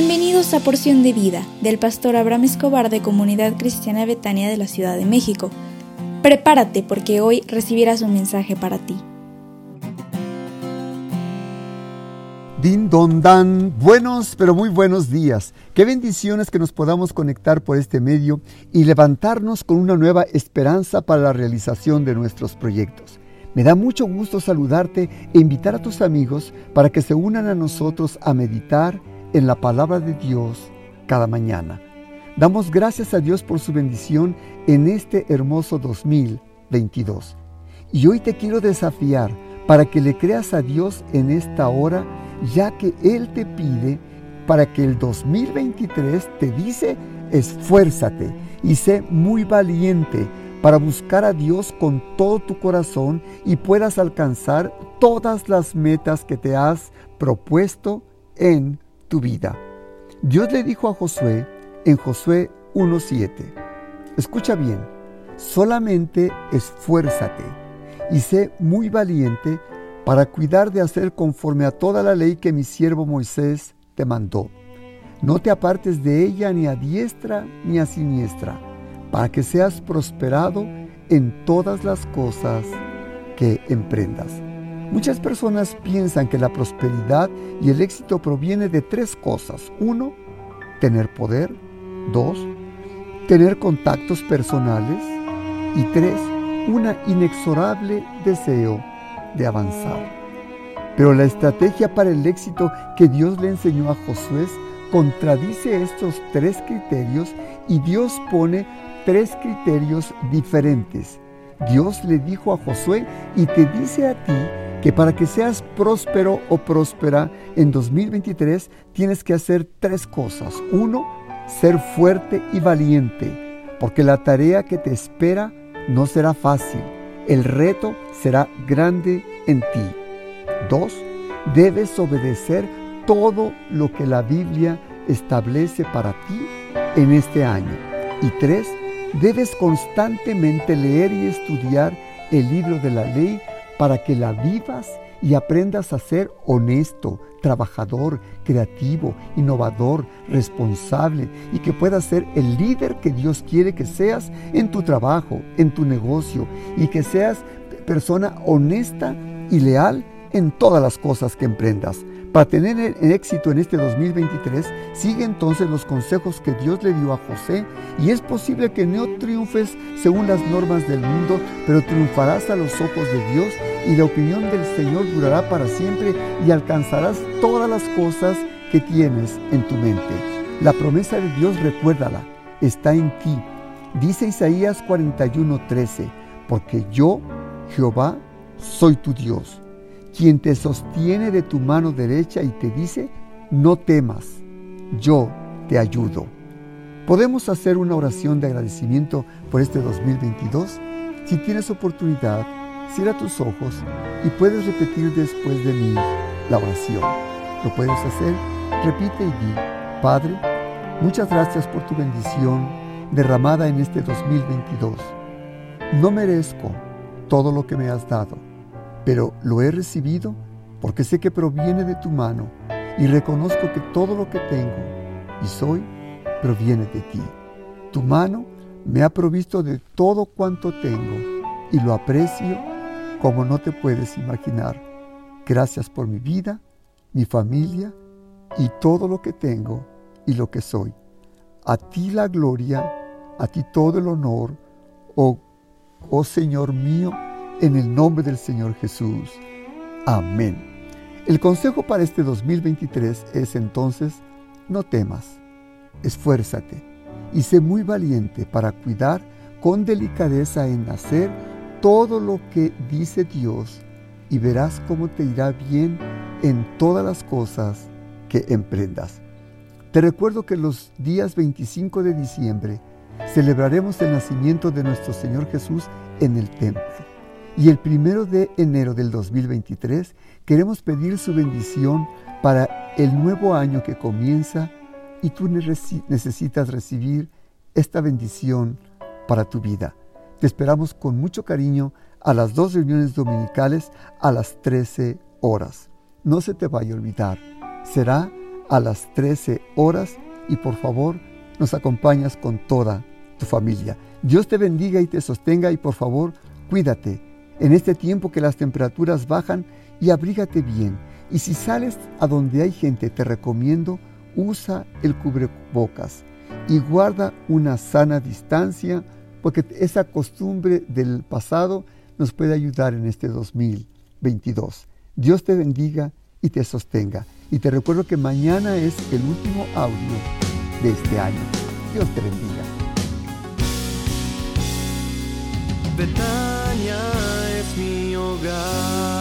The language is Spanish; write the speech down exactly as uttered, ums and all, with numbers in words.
Bienvenidos a Porción de Vida, del pastor Abraham Escobar de Comunidad Cristiana Betania de la Ciudad de México. Prepárate porque hoy recibirás un mensaje para ti. Din don dan, buenos pero muy buenos días. Qué bendiciones que nos podamos conectar por este medio y levantarnos con una nueva esperanza para la realización de nuestros proyectos. Me da mucho gusto saludarte e invitar a tus amigos para que se unan a nosotros a meditar en la palabra de Dios cada mañana. Damos gracias a Dios por su bendición en este hermoso dos mil veintidós. Y hoy te quiero desafiar para que le creas a Dios en esta hora, ya que Él te pide para que el dos mil veintitrés te dice: esfuérzate y sé muy valiente para buscar a Dios con todo tu corazón y puedas alcanzar todas las metas que te has propuesto en tu vida. Dios le dijo a Josué en Josué uno siete, escucha bien, solamente esfuérzate y sé muy valiente para cuidar de hacer conforme a toda la ley que mi siervo Moisés te mandó. No te apartes de ella ni a diestra ni a siniestra, para que seas prosperado en todas las cosas que emprendas. Muchas personas piensan que la prosperidad y el éxito proviene de tres cosas. Uno, tener poder. Dos, tener contactos personales. Y tres, una inexorable deseo de avanzar. Pero la estrategia para el éxito que Dios le enseñó a Josué contradice estos tres criterios y Dios pone tres criterios diferentes. Dios le dijo a Josué y te dice a ti que para que seas próspero o próspera en dos mil veintitrés tienes que hacer tres cosas. Uno, ser fuerte y valiente, porque la tarea que te espera no será fácil. El reto será grande en ti. Dos, debes obedecer todo lo que la Biblia establece para ti en este año. Y tres, debes constantemente leer y estudiar el libro de la ley para que la vivas y aprendas a ser honesto, trabajador, creativo, innovador, responsable y que puedas ser el líder que Dios quiere que seas en tu trabajo, en tu negocio y que seas persona honesta y leal en todas las cosas que emprendas. Para tener el éxito en este dos mil veintitrés, sigue entonces los consejos que Dios le dio a José y es posible que no triunfes según las normas del mundo, pero triunfarás a los ojos de Dios y la opinión del Señor durará para siempre y alcanzarás todas las cosas que tienes en tu mente. La promesa de Dios, recuérdala, está en ti. Dice Isaías cuarenta y uno trece, porque yo, Jehová, soy tu Dios, quien te sostiene de tu mano derecha y te dice: no temas, yo te ayudo. ¿Podemos hacer una oración de agradecimiento por este dos mil veintidós? Si tienes oportunidad, cierra tus ojos y puedes repetir después de mí la oración. ¿Lo puedes hacer? Repite y di: Padre, muchas gracias por tu bendición derramada en este dos mil veintidós. No merezco todo lo que me has dado, pero lo he recibido porque sé que proviene de tu mano y reconozco que todo lo que tengo y soy proviene de ti. Tu mano me ha provisto de todo cuanto tengo y lo aprecio como no te puedes imaginar. Gracias por mi vida, mi familia y todo lo que tengo y lo que soy. A ti la gloria, a ti todo el honor, oh, oh Señor mío, en el nombre del Señor Jesús. Amén. El consejo para este dos mil veintitrés es entonces: no temas, esfuérzate y sé muy valiente para cuidar con delicadeza en hacer todo lo que dice Dios y verás cómo te irá bien en todas las cosas que emprendas. Te recuerdo que los días veinticinco de diciembre celebraremos el nacimiento de nuestro Señor Jesús en el templo. Y el primero de enero del dos mil veintitrés queremos pedir su bendición para el nuevo año que comienza y tú necesitas recibir esta bendición para tu vida. Te esperamos con mucho cariño a las dos reuniones dominicales a las trece horas. No se te vaya a olvidar, será a las trece horas y por favor nos acompañas con toda tu familia. Dios te bendiga y te sostenga y por favor cuídate en este tiempo que las temperaturas bajan y abrígate bien. Y si sales a donde hay gente, te recomiendo usa el cubrebocas y guarda una sana distancia, porque esa costumbre del pasado nos puede ayudar en este dos mil veintidós. Dios te bendiga y te sostenga. Y te recuerdo que mañana es el último audio de este año. Dios te bendiga. Betania es mi hogar.